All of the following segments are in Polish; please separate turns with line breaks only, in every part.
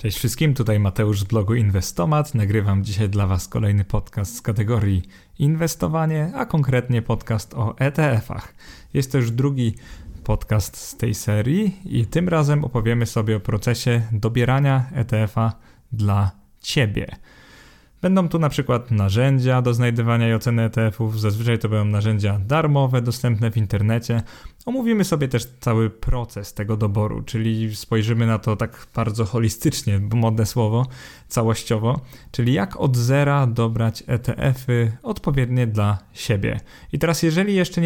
Cześć wszystkim, tutaj Mateusz z blogu Inwestomat. Nagrywam dzisiaj dla Was kolejny podcast z kategorii inwestowanie, a konkretnie podcast o ETF-ach. Jest to już drugi podcast z tej serii i tym razem opowiemy sobie o procesie dobierania ETF-a dla Ciebie. Będą tu na przykład narzędzia do znajdywania i oceny ETF-ów, zazwyczaj to będą narzędzia darmowe, dostępne w internecie. Omówimy sobie też cały proces tego doboru, czyli spojrzymy na to tak bardzo holistycznie, bo modne słowo, całościowo, czyli jak od zera dobrać ETF-y odpowiednie dla siebie. I teraz jeżeli jeszcze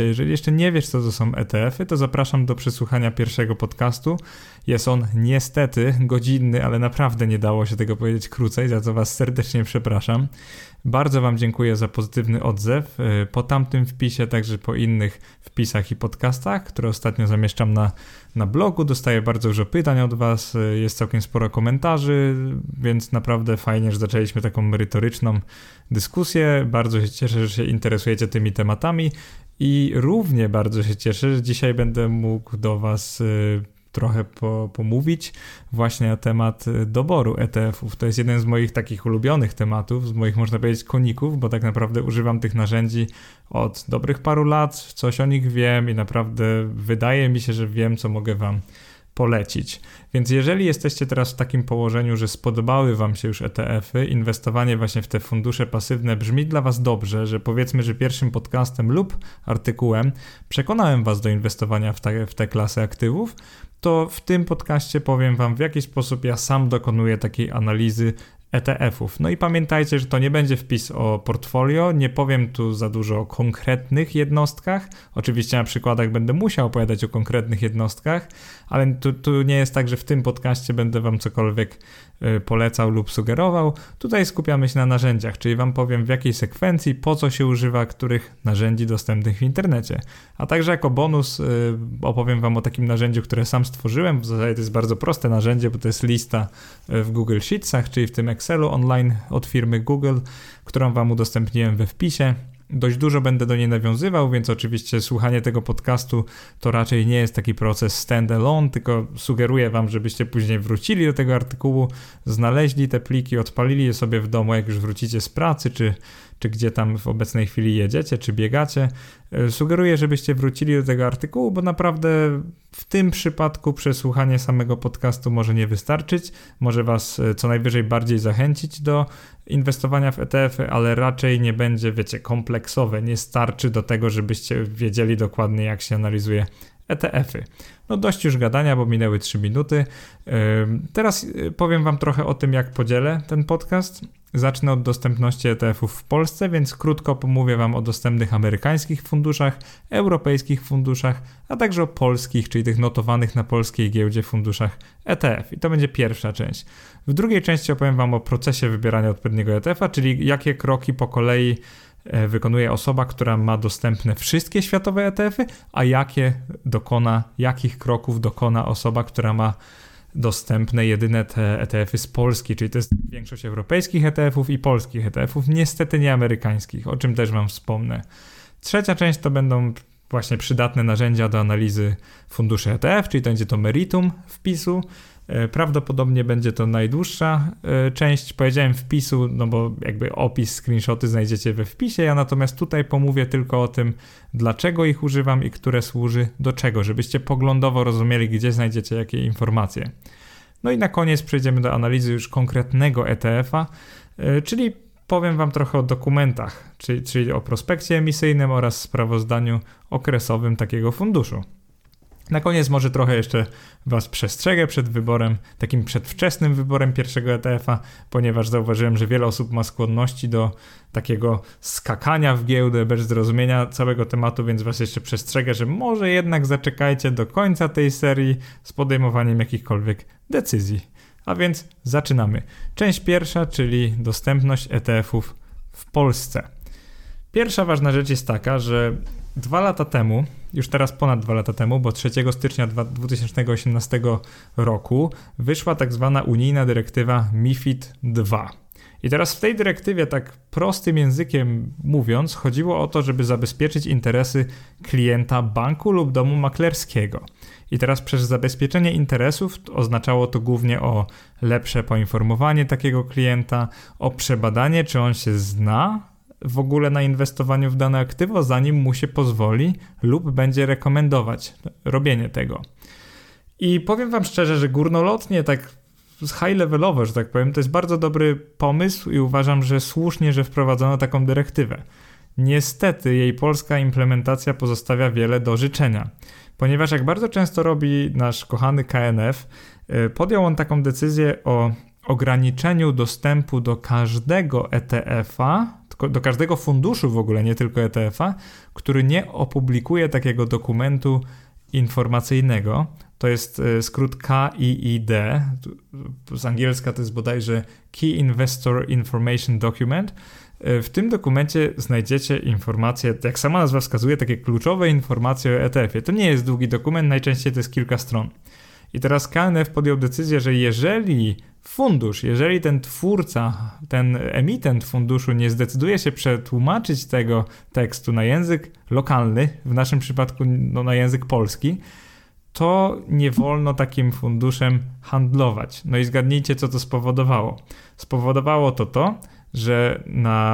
nie wiesz co to są ETF-y, to zapraszam do przesłuchania pierwszego podcastu. Jest on niestety godzinny, ale naprawdę nie dało się tego powiedzieć krócej, za co Was serdecznie przepraszam. Bardzo Wam dziękuję za pozytywny odzew po tamtym wpisie, także po innych wpisach i podcastach, które ostatnio zamieszczam na blogu. Dostaję bardzo dużo pytań od Was, jest całkiem sporo komentarzy, więc naprawdę fajnie, że zaczęliśmy taką merytoryczną dyskusję. Bardzo się cieszę, że się interesujecie tymi tematami i równie bardzo się cieszę, że dzisiaj będę mógł do Was trochę pomówić właśnie na temat doboru ETF-ów. To jest jeden z moich takich ulubionych tematów, z moich, można powiedzieć, koników, bo tak naprawdę używam tych narzędzi od dobrych paru lat, coś o nich wiem i naprawdę wydaje mi się, że wiem, co mogę Wam polecić. Więc jeżeli jesteście teraz w takim położeniu, że spodobały Wam się już ETF-y, inwestowanie właśnie w te fundusze pasywne brzmi dla Was dobrze, że powiedzmy, że pierwszym podcastem lub artykułem przekonałem Was do inwestowania w te klasy aktywów, to w tym podcaście powiem Wam, w jaki sposób ja sam dokonuję takiej analizy ETF-ów. No i pamiętajcie, że to nie będzie wpis o portfolio, nie powiem tu za dużo o konkretnych jednostkach. Oczywiście na przykładach będę musiał opowiadać o konkretnych jednostkach, ale tu nie jest tak, że w tym podcaście będę Wam cokolwiek polecał lub sugerował. Tutaj skupiamy się na narzędziach, czyli Wam powiem w jakiej sekwencji, po co się używa których narzędzi dostępnych w internecie. A także jako bonus opowiem Wam o takim narzędziu, które sam stworzyłem. W zasadzie to jest bardzo proste narzędzie, bo to jest lista w Google Sheetsach, czyli w tym Excelu online od firmy Google, którą Wam udostępniłem we wpisie. Dość dużo będę do niej nawiązywał, więc oczywiście słuchanie tego podcastu to raczej nie jest taki proces stand-alone, tylko sugeruję Wam, żebyście później wrócili do tego artykułu, znaleźli te pliki, odpalili je sobie w domu, jak już wrócicie z pracy, czy gdzie tam w obecnej chwili jedziecie, czy biegacie. Sugeruję, żebyście wrócili do tego artykułu, bo naprawdę w tym przypadku przesłuchanie samego podcastu może nie wystarczyć, może Was co najwyżej bardziej zachęcić do inwestowania w ETF-y, ale raczej nie będzie, kompleksowe, nie starczy do tego, żebyście wiedzieli dokładnie, jak się analizuje ETF-y. No dość już gadania, bo minęły 3 minuty. Teraz powiem Wam trochę o tym, jak podzielę ten podcast. Zacznę od dostępności ETF-ów w Polsce, więc krótko pomówię Wam o dostępnych amerykańskich funduszach, europejskich funduszach, a także o polskich, czyli tych notowanych na polskiej giełdzie funduszach ETF. I to będzie pierwsza część. W drugiej części opowiem Wam o procesie wybierania odpowiedniego ETF-a, czyli jakie kroki po kolei wykonuje osoba, która ma dostępne wszystkie światowe ETF-y, a jakich kroków dokona osoba, która ma dostępne jedyne te ETF-y z Polski, czyli to jest większość europejskich ETF-ów i polskich ETF-ów, niestety nie amerykańskich, o czym też Wam wspomnę. Trzecia część to będą właśnie przydatne narzędzia do analizy funduszy ETF, czyli to będzie to meritum wpisu. Prawdopodobnie będzie to najdłuższa część, powiedziałem wpisu, no bo jakby opis, screenshoty znajdziecie we wpisie, ja natomiast tutaj pomówię tylko o tym, dlaczego ich używam i które służy do czego, żebyście poglądowo rozumieli, gdzie znajdziecie jakie informacje. No i na koniec przejdziemy do analizy już konkretnego ETF-a, czyli powiem Wam trochę o dokumentach, czyli o prospekcie emisyjnym oraz sprawozdaniu okresowym takiego funduszu. Na koniec może trochę jeszcze Was przestrzegę przed wyborem, takim przedwczesnym wyborem pierwszego ETF-a, ponieważ zauważyłem, że wiele osób ma skłonności do takiego skakania w giełdę bez zrozumienia całego tematu, więc Was jeszcze przestrzegę, że może jednak zaczekajcie do końca tej serii z podejmowaniem jakichkolwiek decyzji. A więc zaczynamy. Część pierwsza, czyli dostępność ETF-ów w Polsce. Pierwsza ważna rzecz jest taka, że 2 lata temu, już teraz ponad 2 lata temu, bo 3 stycznia 2018 roku wyszła tak zwana unijna dyrektywa MiFID II. I teraz w tej dyrektywie, tak prostym językiem mówiąc, chodziło o to, żeby zabezpieczyć interesy klienta banku lub domu maklerskiego. I teraz przez zabezpieczenie interesów oznaczało to głównie o lepsze poinformowanie takiego klienta, o przebadanie, czy on się zna w ogóle na inwestowaniu w dane aktywo, zanim mu się pozwoli lub będzie rekomendować robienie tego. I powiem wam szczerze, że górnolotnie, tak high levelowo, że tak powiem, to jest bardzo dobry pomysł i uważam, że słusznie, że wprowadzono taką dyrektywę. Niestety jej polska implementacja pozostawia wiele do życzenia, ponieważ jak bardzo często robi nasz kochany KNF, podjął on taką decyzję o ograniczeniu dostępu do każdego ETF-a, do każdego funduszu w ogóle, nie tylko ETF-a, który nie opublikuje takiego dokumentu informacyjnego. To jest skrót KIID, z angielska to jest bodajże Key Investor Information Document. W tym dokumencie znajdziecie informacje, jak sama nazwa wskazuje, takie kluczowe informacje o ETF-ie. To nie jest długi dokument, najczęściej to jest kilka stron. I teraz KNF podjął decyzję, że jeżeli ten twórca, ten emitent funduszu nie zdecyduje się przetłumaczyć tego tekstu na język lokalny, w naszym przypadku na język polski, to nie wolno takim funduszem handlować. No i zgadnijcie, co to spowodowało. Spowodowało to, że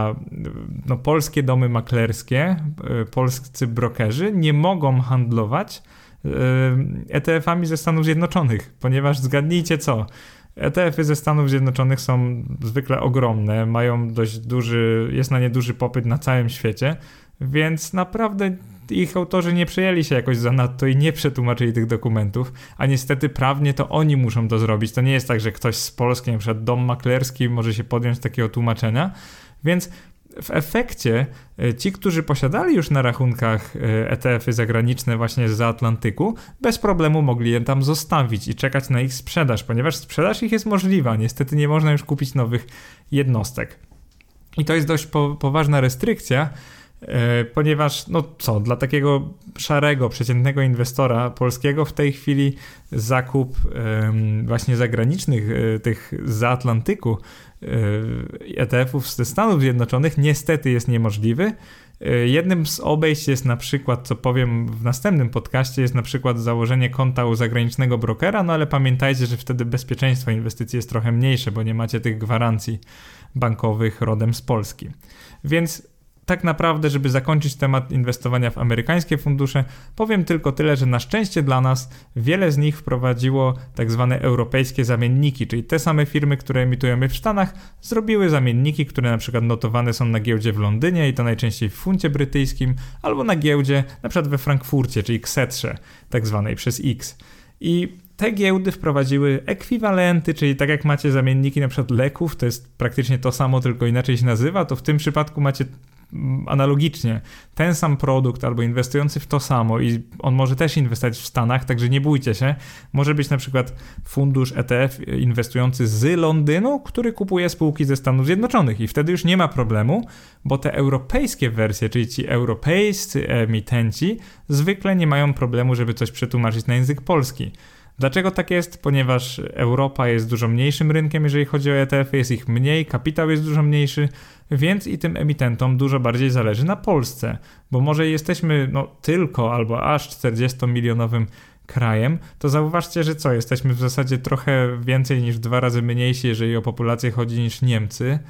polskie domy maklerskie, polscy brokerzy nie mogą handlować ETF-ami ze Stanów Zjednoczonych, ponieważ zgadnijcie co, ETF-y ze Stanów Zjednoczonych są zwykle ogromne, mają jest na nie duży popyt na całym świecie, więc naprawdę ich autorzy nie przejęli się jakoś zanadto i nie przetłumaczyli tych dokumentów, a niestety prawnie to oni muszą to zrobić. To nie jest tak, że ktoś z Polski, na przykład dom maklerski, może się podjąć takiego tłumaczenia, więc w efekcie ci, którzy posiadali już na rachunkach ETF-y zagraniczne właśnie zza Atlantyku, bez problemu mogli je tam zostawić i czekać na ich sprzedaż, ponieważ sprzedaż ich jest możliwa. Niestety nie można już kupić nowych jednostek. I to jest dość poważna restrykcja, ponieważ dla takiego szarego, przeciętnego inwestora polskiego w tej chwili zakup właśnie zagranicznych tych zza Atlantyku ETF-ów ze Stanów Zjednoczonych niestety jest niemożliwy. Jednym z obejść jest na przykład, co powiem w następnym podcaście, jest na przykład założenie konta u zagranicznego brokera, ale pamiętajcie, że wtedy bezpieczeństwo inwestycji jest trochę mniejsze, bo nie macie tych gwarancji bankowych rodem z Polski. Więc tak naprawdę, żeby zakończyć temat inwestowania w amerykańskie fundusze, powiem tylko tyle, że na szczęście dla nas wiele z nich wprowadziło tak zwane europejskie zamienniki, czyli te same firmy, które emitujemy w Stanach, zrobiły zamienniki, które na przykład notowane są na giełdzie w Londynie i to najczęściej w funcie brytyjskim, albo na giełdzie na przykład we Frankfurcie, czyli Xetrze, tak zwanej przez X. I te giełdy wprowadziły ekwiwalenty, czyli tak jak macie zamienniki na przykład leków, to jest praktycznie to samo, tylko inaczej się nazywa, to w tym przypadku macie analogicznie ten sam produkt albo inwestujący w to samo i on może też inwestować w Stanach, także nie bójcie się. Może być na przykład fundusz ETF inwestujący z Londynu, który kupuje spółki ze Stanów Zjednoczonych i wtedy już nie ma problemu, bo te europejskie wersje, czyli ci europejscy emitenci zwykle nie mają problemu, żeby coś przetłumaczyć na język polski. Dlaczego tak jest? Ponieważ Europa jest dużo mniejszym rynkiem, jeżeli chodzi o ETF-y, jest ich mniej, kapitał jest dużo mniejszy, więc i tym emitentom dużo bardziej zależy na Polsce, bo może jesteśmy tylko albo aż 40-milionowym krajem, to zauważcie, że jesteśmy w zasadzie trochę więcej niż 2 razy mniejsi, jeżeli o populację chodzi, niż Niemcy.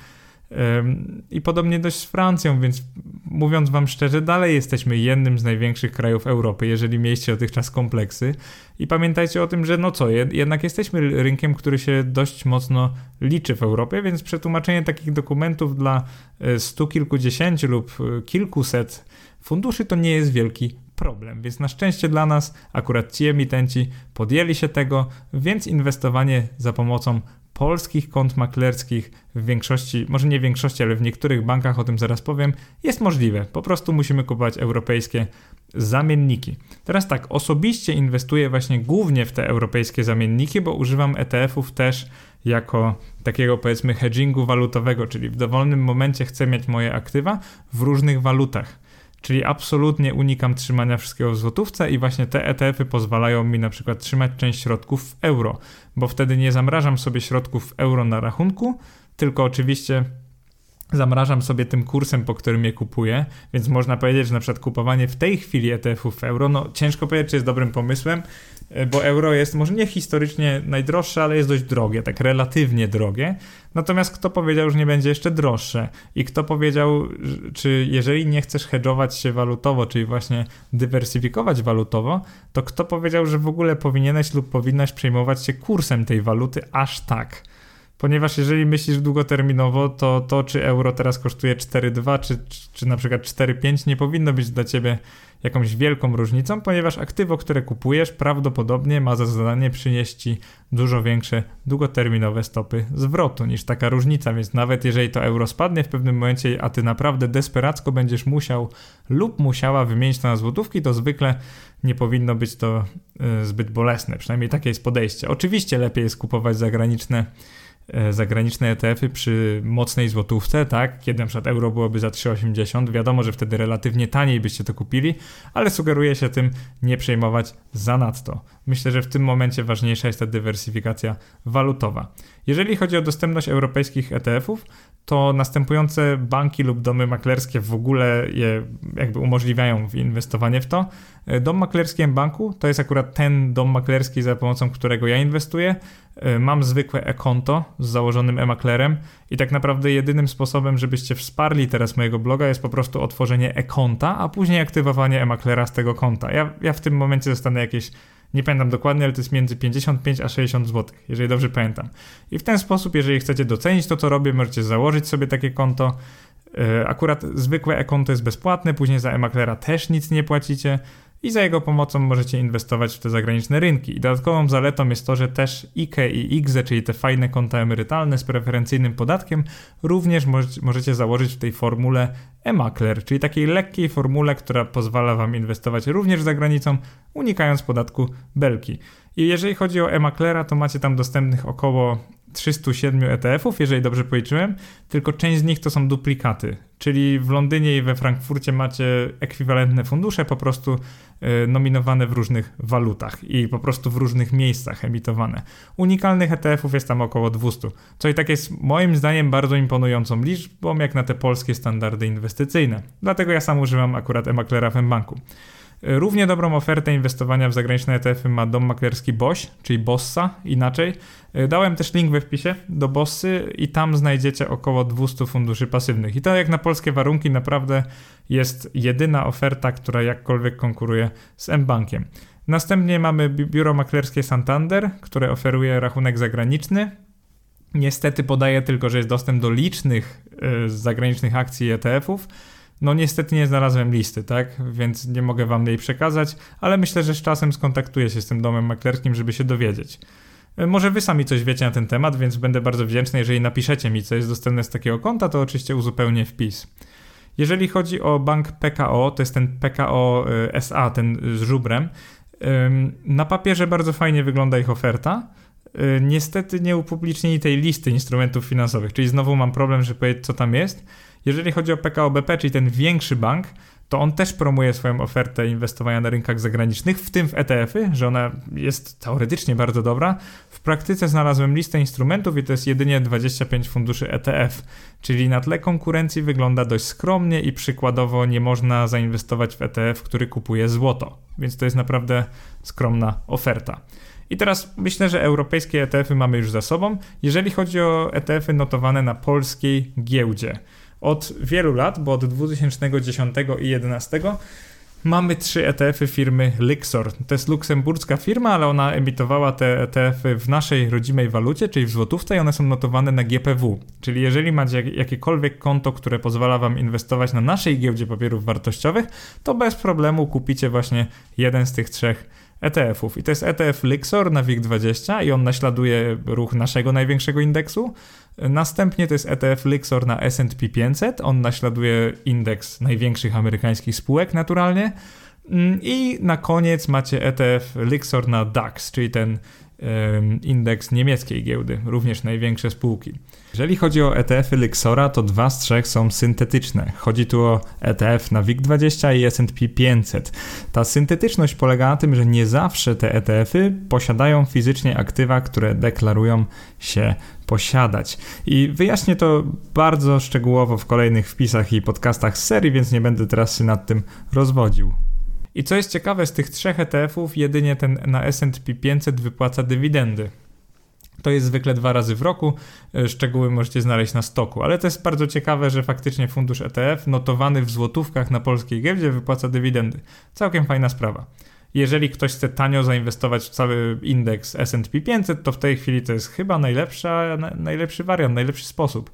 I podobnie dość z Francją, więc mówiąc wam szczerze, dalej jesteśmy jednym z największych krajów Europy, jeżeli mieliście dotychczas kompleksy. I pamiętajcie o tym, że jednak jesteśmy rynkiem, który się dość mocno liczy w Europie, więc przetłumaczenie takich dokumentów dla 100 kilkudziesięciu lub kilkuset funduszy to nie jest wielki problem, więc na szczęście dla nas akurat ci emitenci podjęli się tego, więc inwestowanie za pomocą polskich kont maklerskich w większości, może nie w większości, ale w niektórych bankach, o tym zaraz powiem, jest możliwe. Po prostu musimy kupować europejskie zamienniki. Teraz tak, osobiście inwestuję właśnie głównie w te europejskie zamienniki, bo używam ETF-ów też jako takiego powiedzmy hedgingu walutowego, czyli w dowolnym momencie chcę mieć moje aktywa w różnych walutach. Czyli absolutnie unikam trzymania wszystkiego w złotówce i właśnie te ETF-y pozwalają mi na przykład trzymać część środków w euro, bo wtedy nie zamrażam sobie środków w euro na rachunku, tylko oczywiście zamrażam sobie tym kursem, po którym je kupuję, więc można powiedzieć, że na przykład kupowanie w tej chwili ETF-ów w euro, no ciężko powiedzieć, czy jest dobrym pomysłem, bo euro jest może nie historycznie najdroższe, ale jest dość drogie, tak relatywnie drogie. Natomiast kto powiedział, że nie będzie jeszcze droższe? I kto powiedział, czy jeżeli nie chcesz hedżować się walutowo, czyli właśnie dywersyfikować walutowo, to kto powiedział, że w ogóle powinieneś lub powinnaś przejmować się kursem tej waluty aż tak? Ponieważ jeżeli myślisz długoterminowo, to czy euro teraz kosztuje 4,2 czy na przykład 4,5 nie powinno być dla ciebie jakąś wielką różnicą, ponieważ aktywo, które kupujesz, prawdopodobnie ma za zadanie przynieść ci dużo większe długoterminowe stopy zwrotu niż taka różnica, więc nawet jeżeli to euro spadnie w pewnym momencie, a ty naprawdę desperacko będziesz musiał lub musiała wymienić to na złotówki, to zwykle nie powinno być to zbyt bolesne, przynajmniej takie jest podejście. Oczywiście lepiej jest kupować zagraniczne ETF-y przy mocnej złotówce, tak? Kiedy na przykład euro byłoby za 3,80, wiadomo, że wtedy relatywnie taniej byście to kupili, ale sugeruję się tym nie przejmować zanadto. Myślę, że w tym momencie ważniejsza jest ta dywersyfikacja walutowa. Jeżeli chodzi o dostępność europejskich ETF-ów, to następujące banki lub domy maklerskie w ogóle je jakby umożliwiają inwestowanie w to. Dom maklerski mBanku to jest akurat ten dom maklerski, za pomocą którego ja inwestuję. Mam zwykłe e-konto z założonym e-maklerem i tak naprawdę jedynym sposobem, żebyście wsparli teraz mojego bloga jest po prostu otworzenie e-konta, a później aktywowanie e-maklera z tego konta. Ja w tym momencie dostanę jakieś, nie pamiętam dokładnie, ale to jest między 55 a 60 zł, jeżeli dobrze pamiętam. I w ten sposób, jeżeli chcecie docenić to, co robię, możecie założyć sobie takie konto. Akurat zwykłe e-konto jest bezpłatne, później za e-maklera też nic nie płacicie i za jego pomocą możecie inwestować w te zagraniczne rynki. I dodatkową zaletą jest to, że też IKE i IKZE, czyli te fajne konta emerytalne z preferencyjnym podatkiem, również możecie założyć w tej formule e-makler, czyli takiej lekkiej formule, która pozwala wam inwestować również za granicą, unikając podatku belki. I jeżeli chodzi o e-maklera, to macie tam dostępnych około 307 ETF-ów, jeżeli dobrze policzyłem, tylko część z nich to są duplikaty, czyli w Londynie i we Frankfurcie macie ekwiwalentne fundusze po prostu nominowane w różnych walutach i po prostu w różnych miejscach emitowane. Unikalnych ETF-ów jest tam około 200, co i tak jest moim zdaniem bardzo imponującą liczbą jak na te polskie standardy inwestycyjne. Dlatego ja sam używam akurat e-maklera w mBanku. Równie dobrą ofertę inwestowania w zagraniczne ETF-y ma dom maklerski BOŚ, czyli Bossa inaczej. Dałem też link we wpisie do Bossy i tam znajdziecie około 200 funduszy pasywnych. I to jak na polskie warunki naprawdę jest jedyna oferta, która jakkolwiek konkuruje z mBankiem. Następnie mamy biuro maklerskie Santander, które oferuje rachunek zagraniczny. Niestety podaje tylko, że jest dostęp do licznych zagranicznych akcji i ETF-ów. No niestety nie znalazłem listy, tak? Więc nie mogę wam jej przekazać, ale myślę, że z czasem skontaktuję się z tym domem maklerskim, żeby się dowiedzieć. Może wy sami coś wiecie na ten temat, więc będę bardzo wdzięczny, jeżeli napiszecie mi, co jest dostępne z takiego konta, to oczywiście uzupełnię wpis. Jeżeli chodzi o bank PKO, to jest ten PKO SA, ten z żubrem, na papierze bardzo fajnie wygląda ich oferta. Niestety nie upublicznili tej listy instrumentów finansowych, czyli znowu mam problem, żeby powiedzieć, co tam jest. Jeżeli chodzi o PKO BP, czyli ten większy bank, to on też promuje swoją ofertę inwestowania na rynkach zagranicznych, w tym w ETF-y, że ona jest teoretycznie bardzo dobra. W praktyce znalazłem listę instrumentów i to jest jedynie 25 funduszy ETF, czyli na tle konkurencji wygląda dość skromnie i przykładowo nie można zainwestować w ETF, który kupuje złoto, więc to jest naprawdę skromna oferta. I teraz myślę, że europejskie ETF-y mamy już za sobą, jeżeli chodzi o ETF-y notowane na polskiej giełdzie. Od wielu lat, bo od 2010 i 2011 mamy 3 ETF-y firmy Lyxor. To jest luksemburska firma, ale ona emitowała te ETF-y w naszej rodzimej walucie, czyli w złotówce i one są notowane na GPW. Czyli jeżeli macie jakiekolwiek konto, które pozwala wam inwestować na naszej giełdzie papierów wartościowych, to bez problemu kupicie właśnie jeden z tych 3 ETF-ów. I to jest ETF Lyxor na WIG20 i on naśladuje ruch naszego największego indeksu. Następnie to jest ETF Lyxor na S&P 500. On naśladuje indeks największych amerykańskich spółek naturalnie. I na koniec macie ETF Lyxor na DAX, czyli ten indeks niemieckiej giełdy, również największe spółki. Jeżeli chodzi o ETF-y Lyxora, to 2 z 3 są syntetyczne. Chodzi tu o ETF na WIG20 i S&P 500. Ta syntetyczność polega na tym, że nie zawsze te ETF-y posiadają fizycznie aktywa, które deklarują się posiadać. I wyjaśnię to bardzo szczegółowo w kolejnych wpisach i podcastach z serii, więc nie będę teraz się nad tym rozwodził. I co jest ciekawe, z tych 3 ETF-ów jedynie ten na S&P 500 wypłaca dywidendy. To jest zwykle 2 razy w roku, szczegóły możecie znaleźć na stoku, ale to jest bardzo ciekawe, że faktycznie fundusz ETF notowany w złotówkach na polskiej giełdzie wypłaca dywidendy. Całkiem fajna sprawa. Jeżeli ktoś chce tanio zainwestować w cały indeks S&P 500, to w tej chwili to jest chyba najlepszy wariant, najlepszy sposób.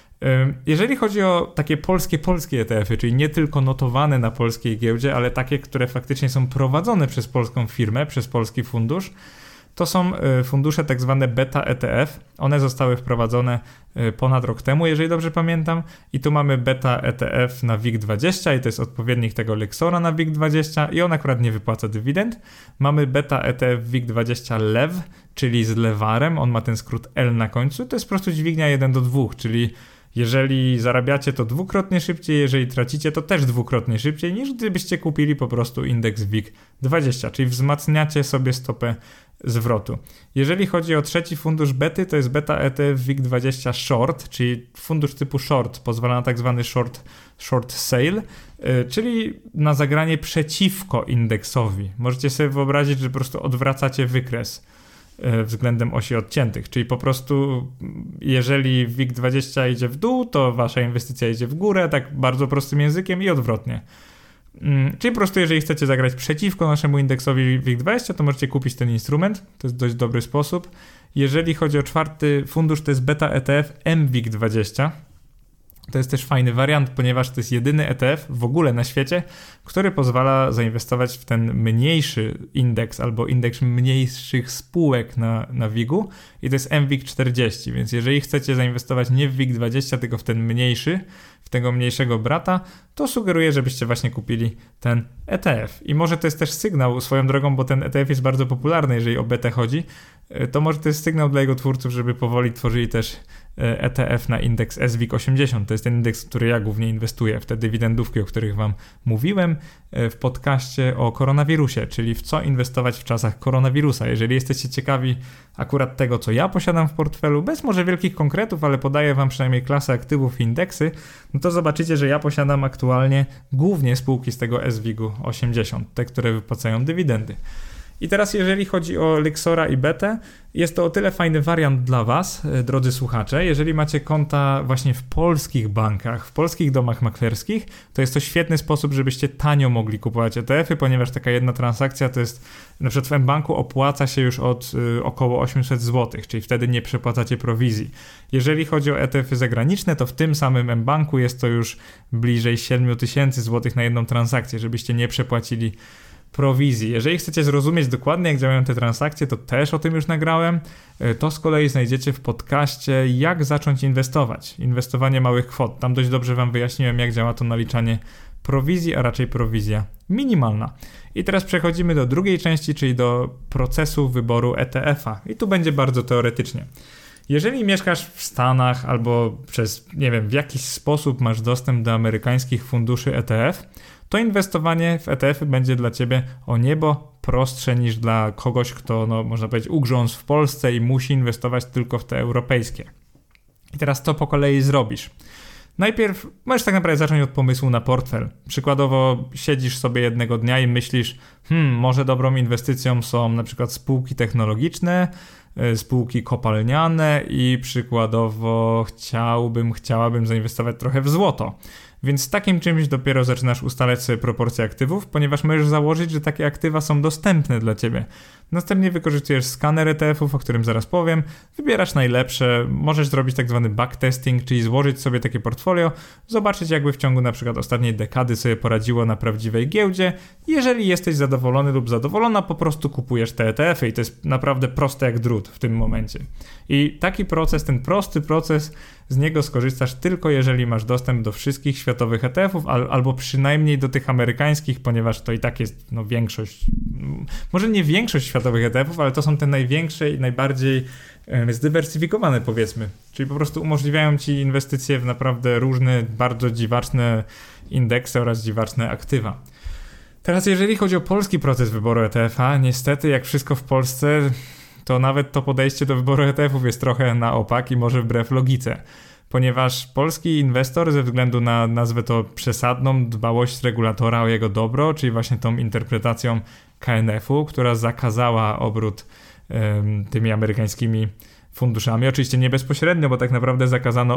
Jeżeli chodzi o takie polskie ETF-y, czyli nie tylko notowane na polskiej giełdzie, ale takie, które faktycznie są prowadzone przez polską firmę, przez polski fundusz, to są fundusze tak zwane beta ETF. One zostały wprowadzone ponad rok temu, jeżeli dobrze pamiętam. I tu mamy beta ETF na WIG20 i to jest odpowiednik tego Lyxora na WIG20 i on akurat nie wypłaca dywidend. Mamy beta ETF WIG20 LEV, czyli z lewarem. On ma ten skrót L na końcu. To jest po prostu dźwignia 1:2, czyli jeżeli zarabiacie, to 2-krotnie szybciej, jeżeli tracicie, to też 2-krotnie szybciej, niż gdybyście kupili po prostu indeks WIG20, czyli wzmacniacie sobie stopę zwrotu. Jeżeli chodzi o trzeci fundusz bety, to jest beta ETF WIG20 Short, czyli fundusz typu short, pozwala na tak zwany short sale, czyli na zagranie przeciwko indeksowi. Możecie sobie wyobrazić, że po prostu odwracacie wykres względem osi odciętych, czyli po prostu jeżeli WIG20 idzie w dół, to wasza inwestycja idzie w górę, tak bardzo prostym językiem i odwrotnie. Czyli po prostu jeżeli chcecie zagrać przeciwko naszemu indeksowi WIG20, to możecie kupić ten instrument, to jest dość dobry sposób. Jeżeli chodzi o czwarty fundusz, to jest beta ETF MWIG20. To jest też fajny wariant, ponieważ to jest jedyny ETF w ogóle na świecie, który pozwala zainwestować w ten mniejszy indeks albo indeks mniejszych spółek na WIG-u i to jest MWIG40, więc jeżeli chcecie zainwestować nie w WIG20, tylko w ten mniejszy, w tego mniejszego brata, to sugeruję, żebyście właśnie kupili ten ETF. I może to jest też sygnał swoją drogą, bo ten ETF jest bardzo popularny, jeżeli o betę chodzi, to może to jest sygnał dla jego twórców, żeby powoli tworzyli też ETF na indeks SWIG80. To jest ten indeks, w który ja głównie inwestuję, w te dywidendówki, o których wam mówiłem w podcaście o koronawirusie, czyli w co inwestować w czasach koronawirusa. Jeżeli jesteście ciekawi akurat tego, co ja posiadam w portfelu, bez może wielkich konkretów, ale podaję wam przynajmniej klasę aktywów i indeksy, no to zobaczycie, że ja posiadam aktualnie głównie spółki z tego SWIG-80, te, które wypłacają dywidendy. I teraz jeżeli chodzi o Lyxora i betę, jest to o tyle fajny wariant dla was, drodzy słuchacze. Jeżeli macie konta właśnie w polskich bankach, w polskich domach maklerskich, to jest to świetny sposób, żebyście tanio mogli kupować ETF-y, ponieważ taka jedna transakcja to jest, na przykład w mBanku opłaca się już od około 800 zł, czyli wtedy nie przepłacacie prowizji. Jeżeli chodzi o ETF-y zagraniczne, to w tym samym mBanku jest to już bliżej 7000 zł na jedną transakcję, żebyście nie przepłacili prowizji. Jeżeli chcecie zrozumieć dokładnie, jak działają te transakcje, to też o tym już nagrałem. To z kolei znajdziecie w podcaście Jak zacząć inwestować. Inwestowanie małych kwot. Tam dość dobrze wam wyjaśniłem, jak działa to naliczanie prowizji, a raczej prowizja minimalna. I teraz przechodzimy do drugiej części, czyli do procesu wyboru ETF-a. I tu będzie bardzo teoretycznie. Jeżeli mieszkasz w Stanach albo w jakiś sposób masz dostęp do amerykańskich funduszy ETF, to inwestowanie w ETF-y będzie dla ciebie o niebo prostsze niż dla kogoś, kto, można powiedzieć, ugrzązł w Polsce i musi inwestować tylko w te europejskie. I teraz co po kolei zrobisz? Najpierw możesz tak naprawdę zacząć od pomysłu na portfel. Przykładowo siedzisz sobie jednego dnia i myślisz, może dobrą inwestycją są na przykład spółki technologiczne, spółki kopalniane i przykładowo chciałabym zainwestować trochę w złoto. Więc z takim czymś dopiero zaczynasz ustalać sobie proporcje aktywów, ponieważ możesz założyć, że takie aktywa są dostępne dla ciebie. Następnie wykorzystujesz skaner ETF-ów, o którym zaraz powiem, wybierasz najlepsze, możesz zrobić tak zwany backtesting, czyli złożyć sobie takie portfolio, zobaczyć jakby w ciągu na przykład ostatniej dekady sobie poradziło na prawdziwej giełdzie. Jeżeli jesteś zadowolony lub zadowolona, po prostu kupujesz te ETF-y i to jest naprawdę proste jak drut w tym momencie. I taki proces, ten prosty proces, z niego skorzystasz tylko jeżeli masz dostęp do wszystkich światowych ETF-ów albo przynajmniej do tych amerykańskich, ponieważ to i tak jest większość, może nie większość światowych ETF-ów, ale to są te największe i najbardziej zdywersyfikowane, powiedzmy. Czyli po prostu umożliwiają ci inwestycje w naprawdę różne, bardzo dziwaczne indeksy oraz dziwaczne aktywa. Teraz jeżeli chodzi o polski proces wyboru ETF-a, niestety jak wszystko w Polsce, to nawet to podejście do wyboru ETF-ów jest trochę na opak i może wbrew logice. Ponieważ polski inwestor ze względu na, nazwę to, przesadną dbałość regulatora o jego dobro, czyli właśnie tą interpretacją KNF-u, która zakazała obrót tymi amerykańskimi funduszami. Oczywiście nie bezpośrednio, bo tak naprawdę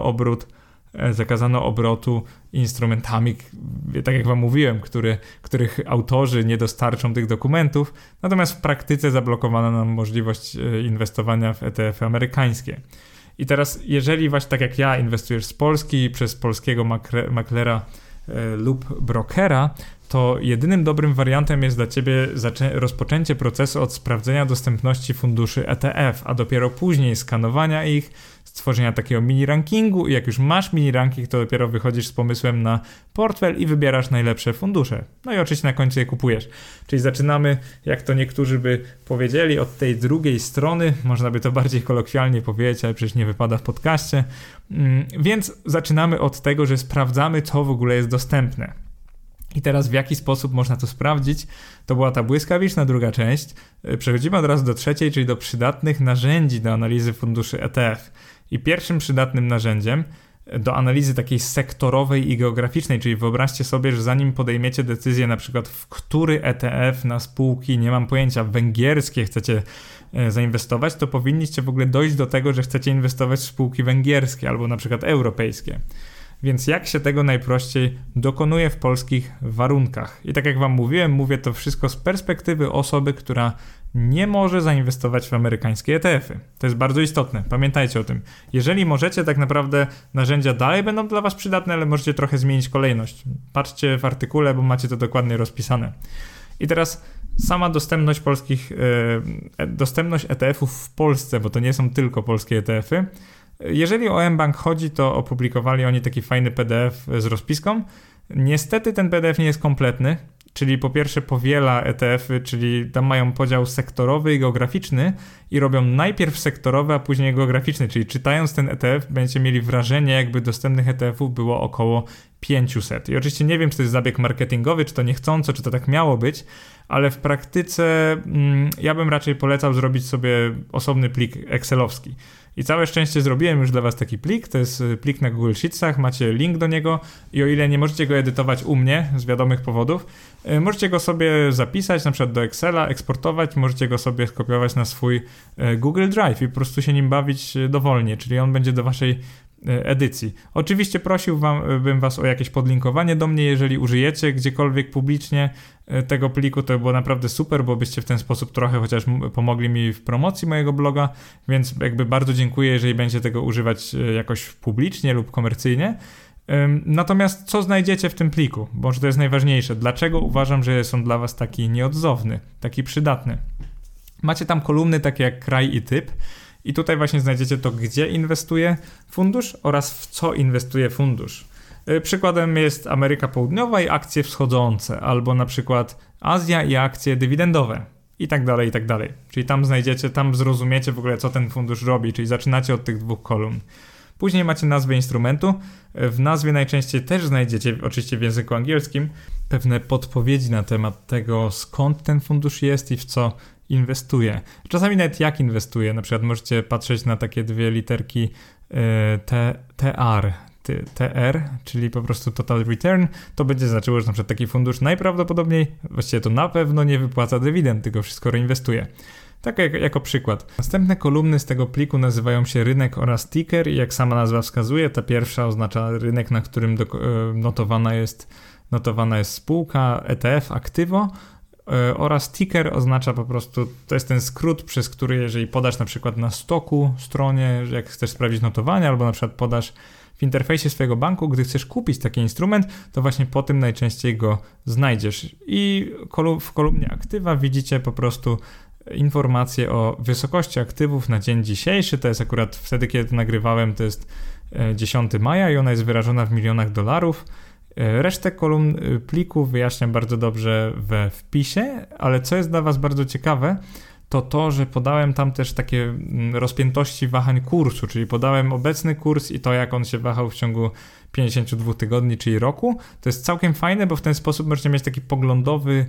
zakazano obrotu instrumentami, tak jak wam mówiłem, których autorzy nie dostarczą tych dokumentów, natomiast w praktyce zablokowano nam możliwość inwestowania w ETF-y amerykańskie. I teraz, jeżeli właśnie tak jak ja inwestujesz z Polski przez polskiego maklera lub brokera, to jedynym dobrym wariantem jest dla ciebie rozpoczęcie procesu od sprawdzenia dostępności funduszy ETF, a dopiero później skanowania ich, stworzenia takiego mini rankingu i jak już masz mini ranking, to dopiero wychodzisz z pomysłem na portfel i wybierasz najlepsze fundusze. No i oczywiście na końcu je kupujesz. Czyli zaczynamy, jak to niektórzy by powiedzieli, od tej drugiej strony, można by to bardziej kolokwialnie powiedzieć, ale przecież nie wypada w podcaście, więc zaczynamy od tego, że sprawdzamy, co w ogóle jest dostępne. I teraz w jaki sposób można to sprawdzić? To była ta błyskawiczna druga część. Przechodzimy od razu do trzeciej, czyli do przydatnych narzędzi do analizy funduszy ETF. I pierwszym przydatnym narzędziem do analizy takiej sektorowej i geograficznej, czyli wyobraźcie sobie, że zanim podejmiecie decyzję na przykład w który ETF na spółki, nie mam pojęcia, węgierskie chcecie zainwestować, to powinniście w ogóle dojść do tego, że chcecie inwestować w spółki węgierskie albo na przykład europejskie. Więc jak się tego najprościej dokonuje w polskich warunkach? I tak jak wam mówiłem, mówię to wszystko z perspektywy osoby, która nie może zainwestować w amerykańskie ETF-y. To jest bardzo istotne, pamiętajcie o tym. Jeżeli możecie, tak naprawdę narzędzia dalej będą dla was przydatne, ale możecie trochę zmienić kolejność. Patrzcie w artykule, bo macie to dokładnie rozpisane. I teraz sama dostępność ETF-ów w Polsce, bo to nie są tylko polskie ETF-y. Jeżeli o mBank chodzi, to opublikowali oni taki fajny PDF z rozpiską. Niestety ten PDF nie jest kompletny, czyli po pierwsze powiela ETF-y, czyli tam mają podział sektorowy i geograficzny i robią najpierw sektorowy, a później geograficzny, czyli czytając ten ETF będziecie mieli wrażenie, jakby dostępnych ETF-ów było około 500. I oczywiście nie wiem, czy to jest zabieg marketingowy, czy to niechcąco, czy to tak miało być, ale w praktyce ja bym raczej polecał zrobić sobie osobny plik excelowski. I całe szczęście zrobiłem już dla was taki plik, to jest plik na Google Sheetsach, macie link do niego i o ile nie możecie go edytować u mnie z wiadomych powodów, możecie go sobie zapisać na przykład do Excela, eksportować, możecie go sobie skopiować na swój Google Drive i po prostu się nim bawić dowolnie, czyli on będzie do waszej edycji. Oczywiście prosiłbym was o jakieś podlinkowanie do mnie, jeżeli użyjecie gdziekolwiek publicznie tego pliku, to by było naprawdę super, bo byście w ten sposób trochę chociaż pomogli mi w promocji mojego bloga, więc jakby bardzo dziękuję, jeżeli będziecie tego używać jakoś publicznie lub komercyjnie. Natomiast co znajdziecie w tym pliku? Bo to jest najważniejsze. Dlaczego uważam, że jest on dla was taki nieodzowny, taki przydatny? Macie tam kolumny takie jak kraj i typ. I tutaj właśnie znajdziecie to, gdzie inwestuje fundusz oraz w co inwestuje fundusz. Przykładem jest Ameryka Południowa i akcje wschodzące, albo na przykład Azja i akcje dywidendowe i tak dalej, i tak dalej. Czyli tam zrozumiecie w ogóle, co ten fundusz robi, czyli zaczynacie od tych dwóch kolumn. Później macie nazwę instrumentu. W nazwie najczęściej też znajdziecie, oczywiście w języku angielskim, pewne podpowiedzi na temat tego, skąd ten fundusz jest i w co inwestuje. Czasami nawet jak inwestuje. Na przykład możecie patrzeć na takie dwie literki TR, czyli po prostu Total Return. To będzie znaczyło, że na przykład taki fundusz najprawdopodobniej, właściwie to na pewno nie wypłaca dywidend, tylko wszystko reinwestuje. Tak jako przykład. Następne kolumny z tego pliku nazywają się rynek oraz ticker i jak sama nazwa wskazuje, ta pierwsza oznacza rynek, na którym notowana jest spółka, ETF, aktywo, oraz ticker oznacza po prostu, to jest ten skrót, przez który jeżeli podasz na przykład na stoku stronie, jak chcesz sprawdzić notowania, albo na przykład podasz w interfejsie swojego banku, gdy chcesz kupić taki instrument, to właśnie po tym najczęściej go znajdziesz. I w kolumnie aktywa widzicie po prostu informacje o wysokości aktywów na dzień dzisiejszy, to jest akurat wtedy, kiedy to nagrywałem, to jest 10 maja i ona jest wyrażona w milionach dolarów. Resztę kolumn pliku wyjaśniam bardzo dobrze we wpisie, ale co jest dla was bardzo ciekawe, to, że podałem tam też takie rozpiętości wahań kursu, czyli podałem obecny kurs i to, jak on się wahał w ciągu 52 tygodni, czyli roku. To jest całkiem fajne, bo w ten sposób możecie mieć taki poglądowy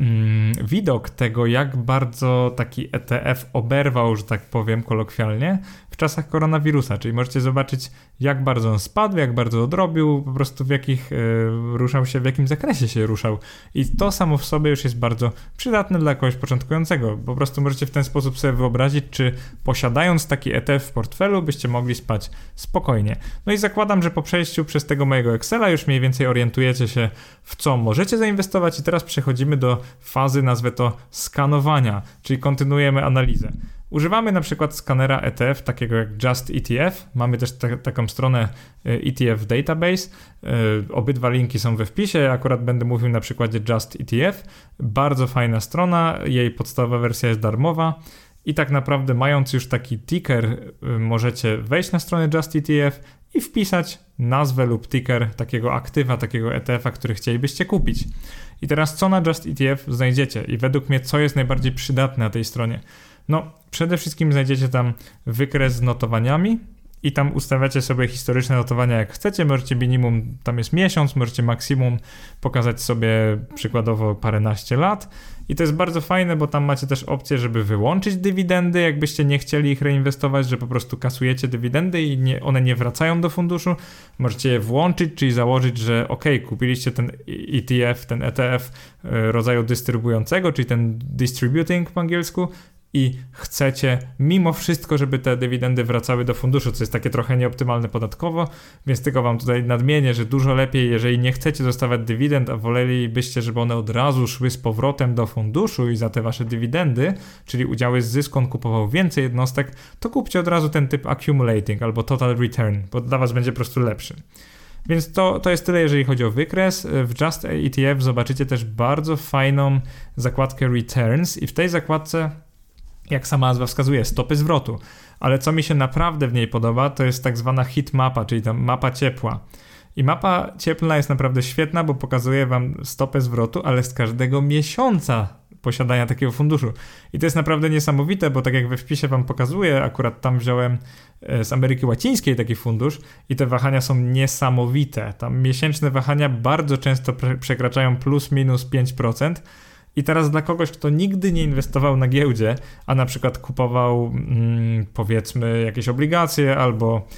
widok tego, jak bardzo taki ETF oberwał, że tak powiem kolokwialnie, w czasach koronawirusa, czyli możecie zobaczyć, jak bardzo on spadł, jak bardzo odrobił, po prostu w jakich ruszał się, w jakim zakresie się ruszał. I to samo w sobie już jest bardzo przydatne dla kogoś początkującego. Po prostu możecie w ten sposób sobie wyobrazić, czy posiadając taki ETF w portfelu, byście mogli spać spokojnie. No i zakładam, że po przejściu przez tego mojego Excela już mniej więcej orientujecie się, w co możecie zainwestować i teraz przechodzimy do fazy, nazwę to skanowania, czyli kontynuujemy analizę. Używamy na przykład skanera ETF, takiego jak Just ETF. Mamy też taką stronę ETF Database. Obydwa linki są we wpisie. Akurat będę mówił na przykładzie Just ETF. Bardzo fajna strona. Jej podstawowa wersja jest darmowa. I tak naprawdę mając już taki ticker, możecie wejść na stronę Just ETF i wpisać nazwę lub ticker takiego aktywa, takiego ETF-a, który chcielibyście kupić. I teraz co na Just ETF znajdziecie? I według mnie co jest najbardziej przydatne na tej stronie? No, przede wszystkim znajdziecie tam wykres z notowaniami i tam ustawiacie sobie historyczne notowania jak chcecie. Możecie minimum, tam jest miesiąc, możecie maksimum pokazać sobie przykładowo paręnaście lat. I to jest bardzo fajne, bo tam macie też opcję, żeby wyłączyć dywidendy, jakbyście nie chcieli ich reinwestować, że po prostu kasujecie dywidendy i one nie wracają do funduszu. Możecie je włączyć, czyli założyć, że kupiliście ten ETF, ten ETF rodzaju dystrybuującego, czyli ten distributing po angielsku, i chcecie mimo wszystko, żeby te dywidendy wracały do funduszu, co jest takie trochę nieoptymalne podatkowo, więc tylko wam tutaj nadmienię, że dużo lepiej, jeżeli nie chcecie dostawać dywidend, a wolelibyście, żeby one od razu szły z powrotem do funduszu i za te wasze dywidendy, czyli udziały z zysku, on kupował więcej jednostek, to kupcie od razu ten typ accumulating albo total return, bo dla was będzie po prostu lepszy. Więc to jest tyle, jeżeli chodzi o wykres. W Just ETF zobaczycie też bardzo fajną zakładkę Returns i w tej zakładce, jak sama nazwa wskazuje, stopy zwrotu. Ale co mi się naprawdę w niej podoba, to jest tak zwana heat mapa, czyli ta mapa ciepła. I mapa cieplna jest naprawdę świetna, bo pokazuje wam stopę zwrotu, ale z każdego miesiąca posiadania takiego funduszu. I to jest naprawdę niesamowite, bo tak jak we wpisie wam pokazuję, akurat tam wziąłem z Ameryki Łacińskiej taki fundusz i te wahania są niesamowite. Tam miesięczne wahania bardzo często przekraczają plus minus 5%. I teraz dla kogoś, kto nigdy nie inwestował na giełdzie, a na przykład kupował powiedzmy jakieś obligacje albo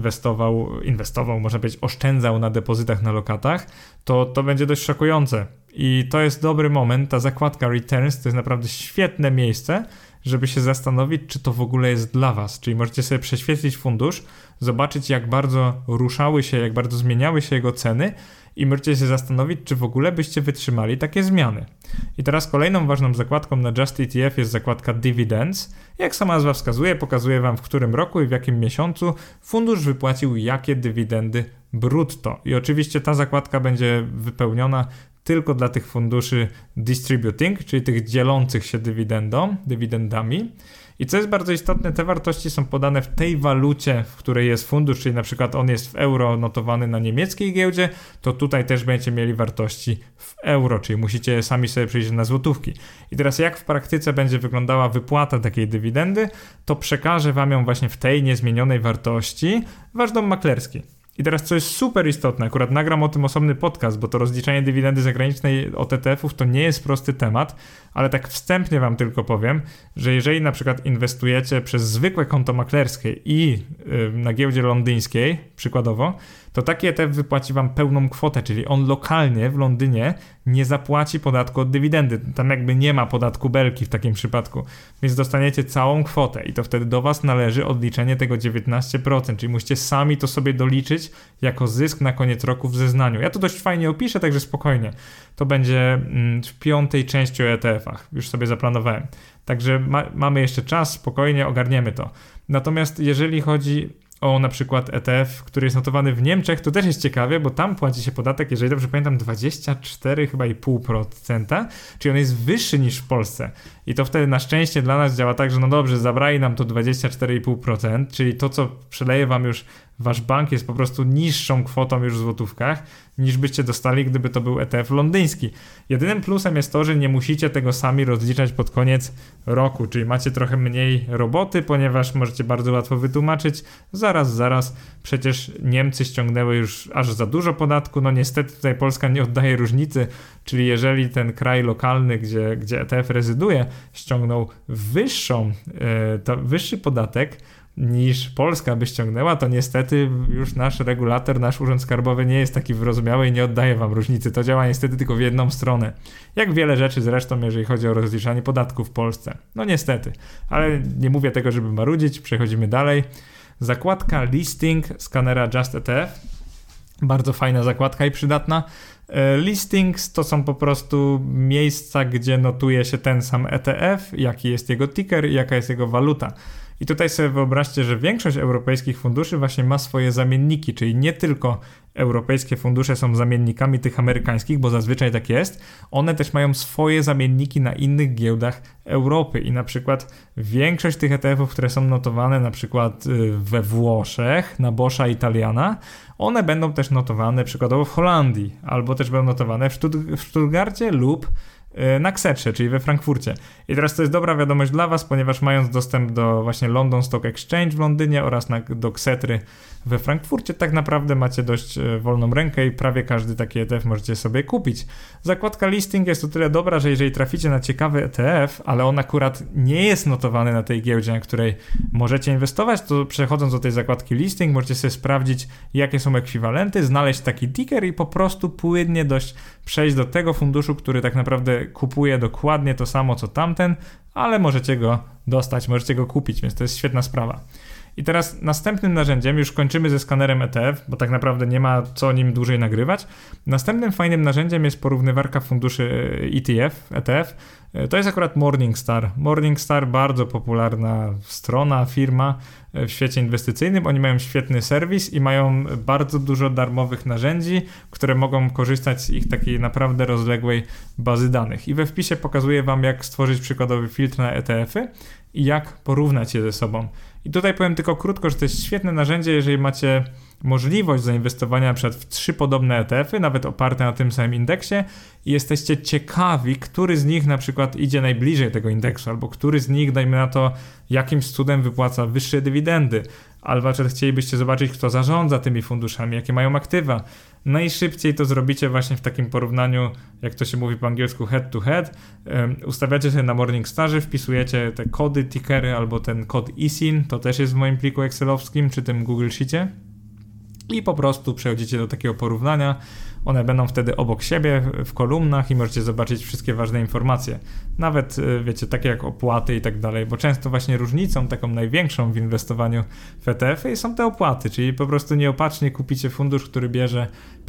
inwestował, można powiedzieć, oszczędzał na depozytach na lokatach, to będzie dość szokujące. I to jest dobry moment, ta zakładka Returns to jest naprawdę świetne miejsce, żeby się zastanowić, czy to w ogóle jest dla was. Czyli możecie sobie prześwietlić fundusz, zobaczyć jak bardzo ruszały się, jak bardzo zmieniały się jego ceny i możecie się zastanowić, czy w ogóle byście wytrzymali takie zmiany. I teraz kolejną ważną zakładką na Just ETF jest zakładka Dividends. Jak sama nazwa wskazuje, pokazuje wam w którym roku i w jakim miesiącu fundusz wypłacił jakie dywidendy brutto. I oczywiście ta zakładka będzie wypełniona tylko dla tych funduszy distributing, czyli tych dzielących się dywidendami. I co jest bardzo istotne, te wartości są podane w tej walucie, w której jest fundusz, czyli na przykład on jest w euro notowany na niemieckiej giełdzie, to tutaj też będziecie mieli wartości w euro, czyli musicie sami sobie przejść na złotówki. I teraz jak w praktyce będzie wyglądała wypłata takiej dywidendy, to przekażę wam ją właśnie w tej niezmienionej wartości wasz dom maklerski. I teraz co jest super istotne, akurat nagram o tym osobny podcast, bo to rozliczanie dywidendy zagranicznej od ETF-ów to nie jest prosty temat, ale tak wstępnie wam tylko powiem, że jeżeli na przykład inwestujecie przez zwykłe konto maklerskie i na giełdzie londyńskiej, przykładowo, to taki ETF wypłaci wam pełną kwotę, czyli on lokalnie w Londynie nie zapłaci podatku od dywidendy. Tam jakby nie ma podatku belki w takim przypadku, więc dostaniecie całą kwotę i to wtedy do was należy odliczenie tego 19%, czyli musicie sami to sobie doliczyć jako zysk na koniec roku w zeznaniu. Ja to dość fajnie opiszę, także spokojnie. To będzie w 5. części o ETF-ach, już sobie zaplanowałem. Także mamy jeszcze czas, spokojnie ogarniemy to. Natomiast jeżeli chodzi o na przykład ETF, który jest notowany w Niemczech, to też jest ciekawie, bo tam płaci się podatek, jeżeli dobrze pamiętam, 24,5%, czyli on jest wyższy niż w Polsce. I to wtedy na szczęście dla nas działa tak, że no dobrze, zabrali nam to 24,5%, czyli to, co przeleje wam już wasz bank jest po prostu niższą kwotą już w złotówkach, niż byście dostali, gdyby to był ETF londyński. Jedynym plusem jest to, że nie musicie tego sami rozliczać pod koniec roku, czyli macie trochę mniej roboty, ponieważ możecie bardzo łatwo wytłumaczyć, zaraz, przecież Niemcy ściągnęły już aż za dużo podatku, no niestety tutaj Polska nie oddaje różnicy, czyli jeżeli ten kraj lokalny, gdzie ETF rezyduje, ściągnął wyższy podatek, niż Polska by ściągnęła, to niestety już nasz regulator, nasz urząd skarbowy nie jest taki wyrozumiały i nie oddaje wam różnicy. To działa niestety tylko w jedną stronę. Jak wiele rzeczy zresztą, jeżeli chodzi o rozliczanie podatków w Polsce. No niestety, ale nie mówię tego, żeby marudzić, przechodzimy dalej. Zakładka Listing skanera Just ETF. Bardzo fajna zakładka i przydatna. Listings to są po prostu miejsca, gdzie notuje się ten sam ETF, jaki jest jego ticker i jaka jest jego waluta. I tutaj sobie wyobraźcie, że większość europejskich funduszy właśnie ma swoje zamienniki, czyli nie tylko europejskie fundusze są zamiennikami tych amerykańskich, bo zazwyczaj tak jest, one też mają swoje zamienniki na innych giełdach Europy i na przykład większość tych ETF-ów, które są notowane na przykład we Włoszech, na Boscha Italiana, one będą też notowane przykładowo w Holandii, albo też będą notowane w Stuttgarcie lub na Ksetrze, czyli we Frankfurcie. I teraz to jest dobra wiadomość dla was, ponieważ mając dostęp do właśnie London Stock Exchange w Londynie oraz do Ksetry we Frankfurcie, tak naprawdę macie dość wolną rękę i prawie każdy taki ETF możecie sobie kupić. Zakładka listing jest o tyle dobra, że jeżeli traficie na ciekawy ETF, ale on akurat nie jest notowany na tej giełdzie, na której możecie inwestować, to przechodząc do tej zakładki listing możecie sobie sprawdzić, jakie są ekwiwalenty, znaleźć taki ticker i po prostu płynnie dość przejść do tego funduszu, który tak naprawdę kupuje dokładnie to samo co tamten, ale możecie go dostać, możecie go kupić, więc to jest świetna sprawa. I teraz następnym narzędziem, już kończymy ze skanerem ETF, bo tak naprawdę nie ma co o nim dłużej nagrywać. Następnym fajnym narzędziem jest porównywarka funduszy ETF. To jest akurat Morningstar. Morningstar bardzo popularna strona, firma w świecie inwestycyjnym. Oni mają świetny serwis i mają bardzo dużo darmowych narzędzi, które mogą korzystać z ich takiej naprawdę rozległej bazy danych. I we wpisie pokazuję wam, jak stworzyć przykładowy filtr na ETF-y i jak porównać je ze sobą. I tutaj powiem tylko krótko, że to jest świetne narzędzie, jeżeli macie możliwość zainwestowania na przykład w 3 podobne ETF-y, nawet oparte na tym samym indeksie i jesteście ciekawi, który z nich na przykład idzie najbliżej tego indeksu, albo który z nich, dajmy na to, jakimś cudem wypłaca wyższe dywidendy, albo chcielibyście zobaczyć, kto zarządza tymi funduszami, jakie mają aktywa. Najszybciej to zrobicie właśnie w takim porównaniu, jak to się mówi po angielsku head to head. Ustawiacie sobie na Morningstarze, wpisujecie te kody, tickery albo ten kod ISIN, to też jest w moim pliku excelowskim czy tym Google Sheetie. I po prostu przechodzicie do takiego porównania. One będą wtedy obok siebie w kolumnach i możecie zobaczyć wszystkie ważne informacje. Nawet, wiecie, takie jak opłaty i tak dalej, bo często właśnie różnicą taką największą w inwestowaniu w ETF-y są te opłaty, czyli po prostu nieopatrznie kupicie fundusz, który bierze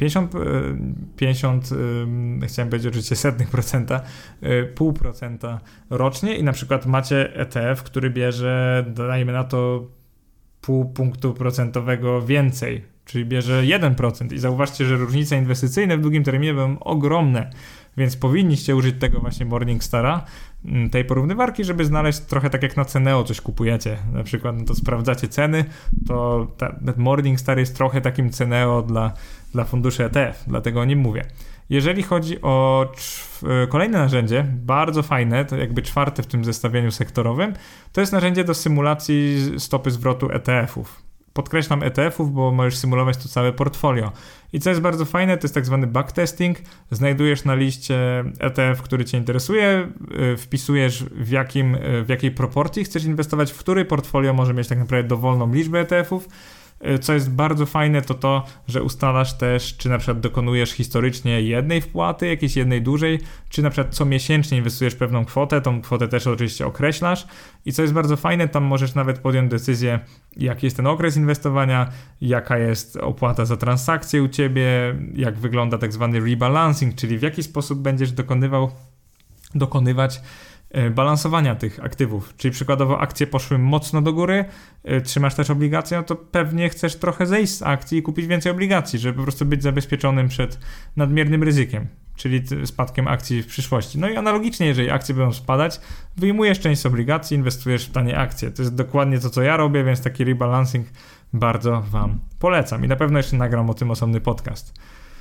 50 chciałem powiedzieć oczywiście 0,01%, 0,5% rocznie i na przykład macie ETF, który bierze, dajmy na to, 0,5 punktu procentowego więcej, czyli bierze 1% i zauważcie, że różnice inwestycyjne w długim terminie będą ogromne, więc powinniście użyć tego właśnie Morningstara, tej porównywarki, żeby znaleźć trochę tak jak na Ceneo coś kupujecie, na przykład no to sprawdzacie ceny, to ten Morningstar jest trochę takim Ceneo dla funduszy ETF, dlatego o nim mówię. Jeżeli chodzi o kolejne narzędzie, bardzo fajne, to jakby 4. w tym zestawieniu sektorowym, to jest narzędzie do symulacji stopy zwrotu ETF-ów. Podkreślam ETF-ów, bo możesz symulować tu całe portfolio. I co jest bardzo fajne, to jest tak zwany backtesting. Znajdujesz na liście ETF, który cię interesuje, wpisujesz w jakiej proporcji chcesz inwestować, w której portfolio może mieć tak naprawdę dowolną liczbę ETF-ów. Co jest bardzo fajne, to, że ustalasz też, czy na przykład dokonujesz historycznie jednej wpłaty, jakiejś jednej dużej, czy na przykład co miesięcznie inwestujesz pewną kwotę, tą kwotę też oczywiście określasz i co jest bardzo fajne, tam możesz nawet podjąć decyzję, jaki jest ten okres inwestowania, jaka jest opłata za transakcję u ciebie, jak wygląda tak zwany rebalancing, czyli w jaki sposób będziesz dokonywać balansowania tych aktywów, czyli przykładowo akcje poszły mocno do góry, trzymasz też obligacje, no to pewnie chcesz trochę zejść z akcji i kupić więcej obligacji, żeby po prostu być zabezpieczonym przed nadmiernym ryzykiem, czyli spadkiem akcji w przyszłości. No i analogicznie, jeżeli akcje będą spadać, wyjmujesz część z obligacji, inwestujesz w tanie akcje. To jest dokładnie to, co ja robię, więc taki rebalancing bardzo Wam polecam i na pewno jeszcze nagram o tym osobny podcast.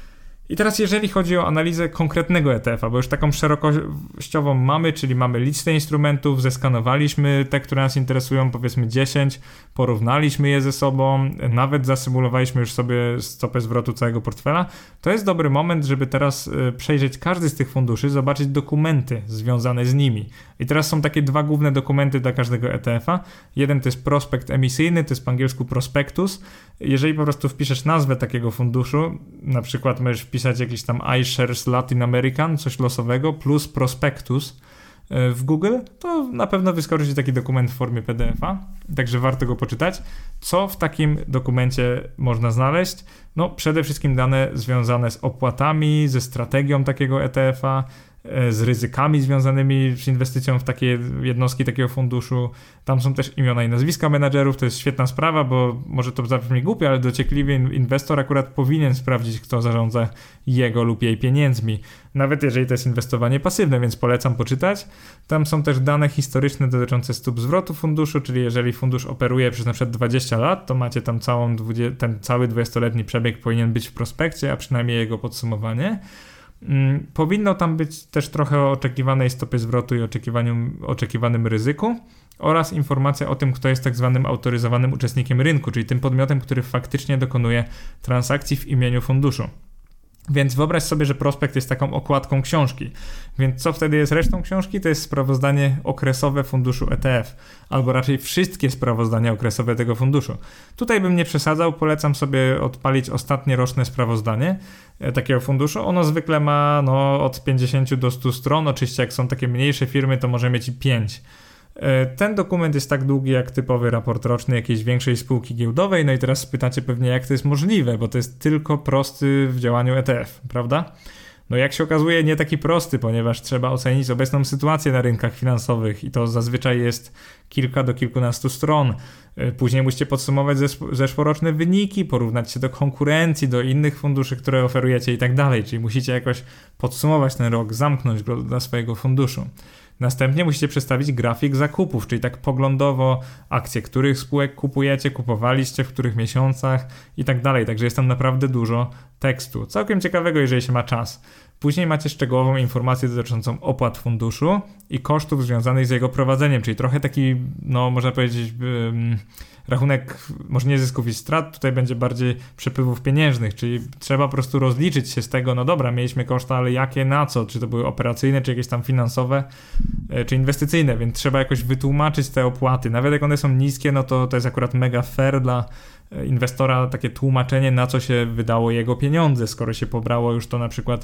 I teraz jeżeli chodzi o analizę konkretnego ETF-a, bo już taką szerokościową mamy, czyli mamy listę instrumentów, zeskanowaliśmy te, które nas interesują, powiedzmy 10, porównaliśmy je ze sobą, nawet zasymulowaliśmy już sobie stopę zwrotu całego portfela, to jest dobry moment, żeby teraz przejrzeć każdy z tych funduszy, zobaczyć dokumenty związane z nimi. I teraz są takie dwa główne dokumenty dla każdego ETF-a. Jeden to jest prospekt emisyjny, to jest po angielsku prospektus. Jeżeli po prostu wpiszesz nazwę takiego funduszu, na przykład możesz wpisać jakiś tam iShares Latin American, coś losowego, plus prospektus w Google, to na pewno wyskoczy ci taki dokument w formie PDF-a, także warto go poczytać. Co w takim dokumencie można znaleźć? No przede wszystkim dane związane z opłatami, ze strategią takiego ETF-a, z ryzykami związanymi z inwestycją w takie jednostki takiego funduszu. Tam są też imiona i nazwiska menadżerów, to jest świetna sprawa, bo może to zabrzmi głupio, ale dociekliwy inwestor akurat powinien sprawdzić, kto zarządza jego lub jej pieniędzmi. Nawet jeżeli to jest inwestowanie pasywne, więc polecam poczytać. Tam są też dane historyczne dotyczące stóp zwrotu funduszu, czyli jeżeli fundusz operuje przez na przykład 20 lat, to macie tam ten cały 20-letni przebieg powinien być w prospekcie, a przynajmniej jego podsumowanie. Powinno tam być też trochę o oczekiwanej stopie zwrotu i oczekiwanym ryzyku oraz informacja o tym, kto jest tak zwanym autoryzowanym uczestnikiem rynku, czyli tym podmiotem, który faktycznie dokonuje transakcji w imieniu funduszu. Więc wyobraź sobie, że prospekt jest taką okładką książki. Więc co wtedy jest resztą książki? To jest sprawozdanie okresowe funduszu ETF, albo raczej wszystkie sprawozdania okresowe tego funduszu. Tutaj bym nie przesadzał, polecam sobie odpalić ostatnie roczne sprawozdanie takiego funduszu. Ono zwykle ma od 50 do 100 stron, oczywiście jak są takie mniejsze firmy, to może mieć i 5. Ten dokument jest tak długi jak typowy raport roczny jakiejś większej spółki giełdowej, no i teraz pytacie pewnie, jak to jest możliwe, bo to jest tylko prosty w działaniu ETF, prawda? No jak się okazuje, nie taki prosty, ponieważ trzeba ocenić obecną sytuację na rynkach finansowych i to zazwyczaj jest kilka do kilkunastu stron. Później musicie podsumować zeszłoroczne wyniki, porównać się do konkurencji, do innych funduszy, które oferujecie i tak dalej, czyli musicie jakoś podsumować ten rok, zamknąć go dla swojego funduszu. Następnie musicie przedstawić grafik zakupów, czyli tak poglądowo akcje, których spółek kupowaliście, w których miesiącach i tak dalej. Także jest tam naprawdę dużo tekstu. Całkiem ciekawego, jeżeli się ma czas. Później macie szczegółową informację dotyczącą opłat funduszu i kosztów związanych z jego prowadzeniem, czyli trochę taki, można powiedzieć, rachunek, może nie zysków i strat, tutaj będzie bardziej przepływów pieniężnych, czyli trzeba po prostu rozliczyć się z tego, dobra, mieliśmy koszta, ale jakie, na co, czy to były operacyjne, czy jakieś tam finansowe, czy inwestycyjne, więc trzeba jakoś wytłumaczyć te opłaty, nawet jak one są niskie, to jest akurat mega fair dla inwestora takie tłumaczenie, na co się wydało jego pieniądze, skoro się pobrało już to na przykład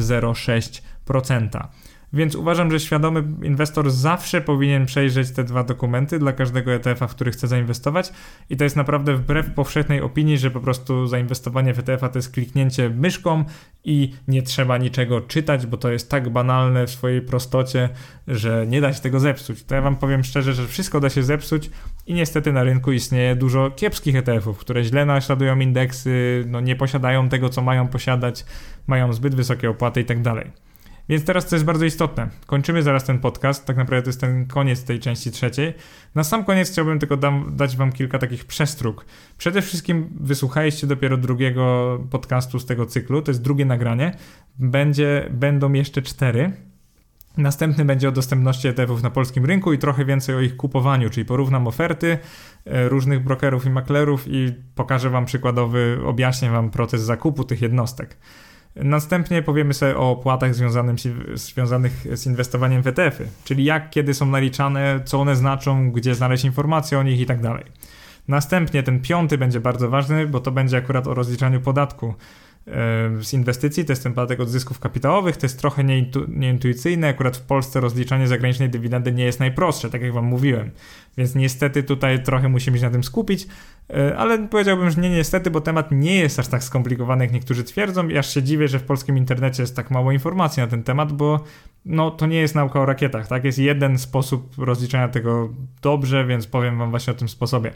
0,6%. Więc uważam, że świadomy inwestor zawsze powinien przejrzeć te dwa dokumenty dla każdego ETF-a, w który chce zainwestować i to jest naprawdę wbrew powszechnej opinii, że po prostu zainwestowanie w ETF-a to jest kliknięcie myszką i nie trzeba niczego czytać, bo to jest tak banalne w swojej prostocie, że nie da się tego zepsuć. To ja wam powiem szczerze, że wszystko da się zepsuć i niestety na rynku istnieje dużo kiepskich ETF-ów, które źle naśladują indeksy, nie posiadają tego, co mają posiadać, mają zbyt wysokie opłaty i tak dalej. Więc teraz to jest bardzo istotne. Kończymy zaraz ten podcast, tak naprawdę to jest ten koniec tej części trzeciej. Na sam koniec chciałbym tylko dać wam kilka takich przestróg. Przede wszystkim wysłuchaliście dopiero drugiego podcastu z tego cyklu, to jest drugie nagranie. Będą jeszcze 4. Następny będzie o dostępności ETF-ów na polskim rynku i trochę więcej o ich kupowaniu, czyli porównam oferty różnych brokerów i maklerów i pokażę wam objaśnię wam proces zakupu tych jednostek. Następnie powiemy sobie o opłatach związanych z inwestowaniem w ETF-y, czyli jak, kiedy są naliczane, co one znaczą, gdzie znaleźć informacje o nich i tak dalej. Następnie ten 5. będzie bardzo ważny, bo to będzie akurat o rozliczaniu podatku z inwestycji, to jest ten podatek od zysków kapitałowych, to jest trochę nieintuicyjne, akurat w Polsce rozliczanie zagranicznej dywidendy nie jest najprostsze, tak jak wam mówiłem, więc niestety tutaj trochę musimy się na tym skupić, ale powiedziałbym, że niestety, bo temat nie jest aż tak skomplikowany, jak niektórzy twierdzą i aż się dziwię, że w polskim internecie jest tak mało informacji na ten temat, bo to nie jest nauka o rakietach, tak? Jest jeden sposób rozliczania tego dobrze, więc powiem wam właśnie o tym sposobie.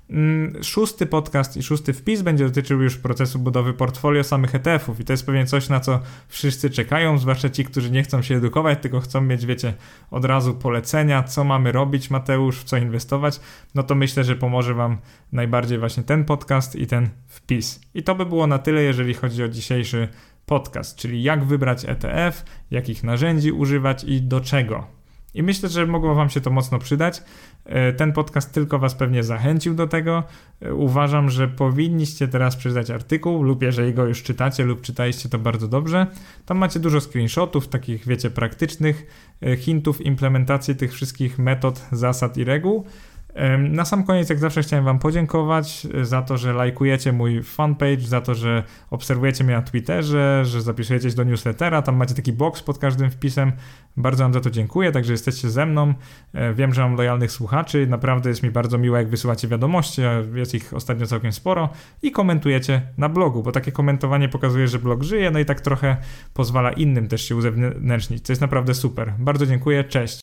Szósty podcast i szósty wpis będzie dotyczył już procesu budowy portfolio samych ETF-ów i to jest pewnie coś, na co wszyscy czekają, zwłaszcza ci, którzy nie chcą się edukować, tylko chcą mieć, wiecie, od razu polecenia, co mamy robić, Mateusz, w co inwestować. No to myślę, że pomoże wam najbardziej właśnie ten podcast i ten wpis. I to by było na tyle, jeżeli chodzi o dzisiejszy podcast, czyli jak wybrać ETF, jakich narzędzi używać i do czego. I myślę, że mogło wam się to mocno przydać. Ten podcast tylko was pewnie zachęcił do tego. Uważam, że powinniście teraz przeczytać artykuł lub jeżeli go już czytacie lub czytaliście, to bardzo dobrze. Tam macie dużo screenshotów, takich wiecie praktycznych hintów implementacji tych wszystkich metod, zasad i reguł. Na sam koniec, jak zawsze, chciałem wam podziękować za to, że lajkujecie mój fanpage, za to, że obserwujecie mnie na Twitterze, że zapisujecie się do newslettera, tam macie taki box pod każdym wpisem. Bardzo wam za to dziękuję, także jesteście ze mną. Wiem, że mam lojalnych słuchaczy, naprawdę jest mi bardzo miło, jak wysyłacie wiadomości, a jest ich ostatnio całkiem sporo i komentujecie na blogu, bo takie komentowanie pokazuje, że blog żyje, no i tak trochę pozwala innym też się uzewnętrznić, co jest naprawdę super. Bardzo dziękuję, cześć!